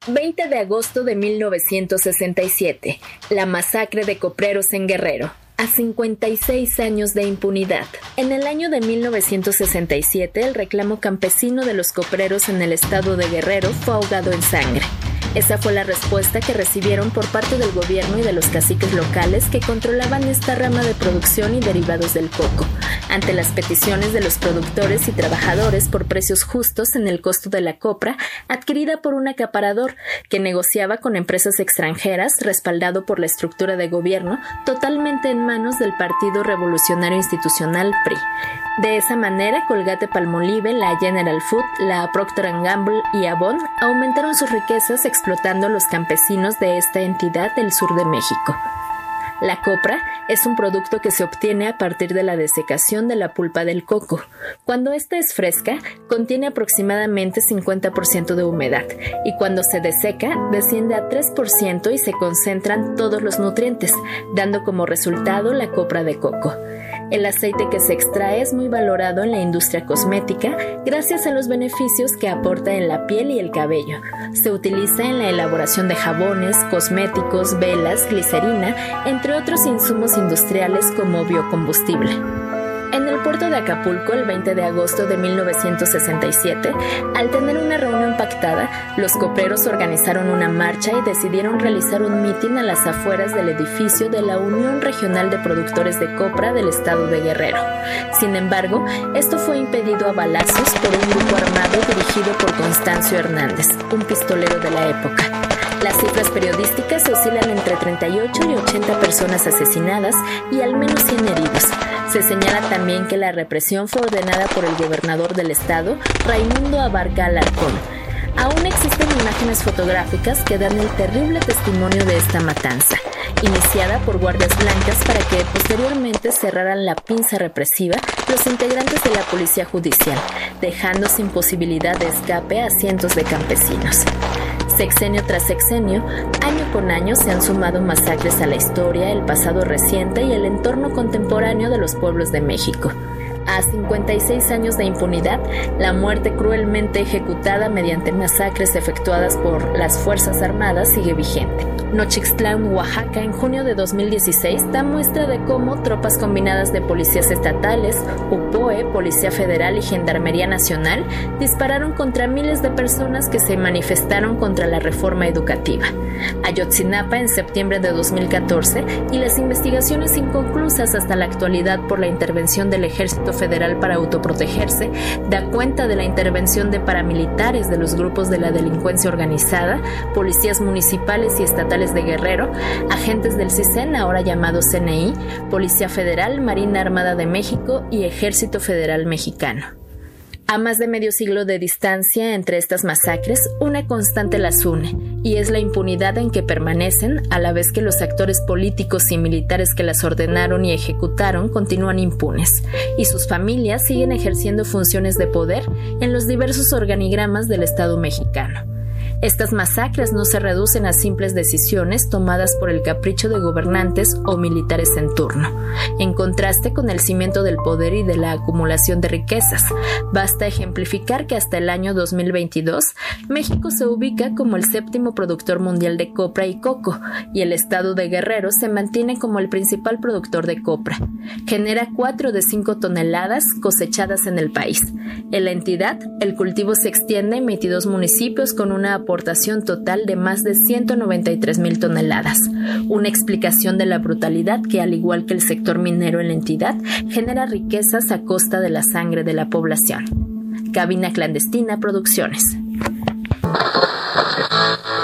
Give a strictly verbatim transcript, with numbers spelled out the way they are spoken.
veinte de agosto de mil novecientos sesenta y siete, la masacre de copreros en Guerrero, a cincuenta y seis años de impunidad. En el año de mil novecientos sesenta y siete, el reclamo campesino de los copreros en el estado de Guerrero fue ahogado en sangre. Esa fue la respuesta que recibieron por parte del gobierno y de los caciques locales que controlaban esta rama de producción y derivados del coco, ante las peticiones de los productores y trabajadores por precios justos en el costo de la copra adquirida por un acaparador que negociaba con empresas extranjeras respaldado por la estructura de gobierno totalmente en manos del Partido Revolucionario Institucional P R I. De esa manera, Colgate-Palmolive, la General Food, la Procter and Gamble y Avon aumentaron sus riquezas explotando a los campesinos de esta entidad del sur de México. La copra es un producto que se obtiene a partir de la desecación de la pulpa del coco. Cuando esta es fresca, contiene aproximadamente cincuenta por ciento de humedad y cuando se deseca, desciende a tres por ciento y se concentran todos los nutrientes, dando como resultado la copra de coco. El aceite que se extrae es muy valorado en la industria cosmética gracias a los beneficios que aporta en la piel y el cabello. Se utiliza en la elaboración de jabones, cosméticos, velas, glicerina, entre otros insumos industriales como biocombustible. En el puerto de Acapulco, el veinte de agosto de mil novecientos sesenta y siete, al tener una reunión pactada, los copreros organizaron una marcha y decidieron realizar un mitin a las afueras del edificio de la Unión Regional de Productores de Copra del estado de Guerrero. Sin embargo, esto fue impedido a balazos por un grupo armado dirigido por Constancio Hernández, un pistolero de la época. Las cifras periodísticas oscilan entre treinta y ocho y ochenta personas asesinadas y al menos cien heridos. Se señala también que la represión fue ordenada por el gobernador del estado, Raimundo Abarca Alarcón. Aún existen imágenes fotográficas que dan el terrible testimonio de esta matanza, iniciada por guardias blancas para que posteriormente cerraran la pinza represiva los integrantes de la policía judicial, dejando sin posibilidad de escape a cientos de campesinos. Sexenio tras sexenio, año con año se han sumado masacres a la historia, el pasado reciente y el entorno contemporáneo de los pueblos de México. A cincuenta y seis años de impunidad, la muerte cruelmente ejecutada mediante masacres efectuadas por las Fuerzas Armadas sigue vigente. Nochixtlán, Oaxaca, en junio de dos mil dieciséis, da muestra de cómo tropas combinadas de policías estatales, U P O E, Policía Federal y Gendarmería Nacional dispararon contra miles de personas que se manifestaron contra la reforma educativa. Ayotzinapa, en septiembre de dos mil catorce, y las investigaciones inconclusas hasta la actualidad por la intervención del Ejército Federal para autoprotegerse, da cuenta de la intervención de paramilitares de los grupos de la delincuencia organizada, policías municipales y estatales de Guerrero, agentes del CISEN, ahora llamado C N I, Policía Federal, Marina Armada de México y Ejército Federal Mexicano. A más de medio siglo de distancia entre estas masacres, una constante las une, y es la impunidad en que permanecen, a la vez que los actores políticos y militares que las ordenaron y ejecutaron continúan impunes, y sus familias siguen ejerciendo funciones de poder en los diversos organigramas del Estado mexicano. Estas masacres no se reducen a simples decisiones tomadas por el capricho de gobernantes o militares en turno, en contraste con el cimiento del poder y de la acumulación de riquezas. Basta ejemplificar que hasta el año dos mil veintidós, México se ubica como el séptimo productor mundial de copra y coco, y el estado de Guerrero se mantiene como el principal productor de copra. Genera cuatro de cinco toneladas cosechadas en el país. En la entidad, el cultivo se extiende en veintidós municipios con una aportación total de más de ciento noventa y tres mil toneladas, una explicación de la brutalidad que, al igual que el sector minero en la entidad, genera riquezas a costa de la sangre de la población. Cabina Clandestina Producciones.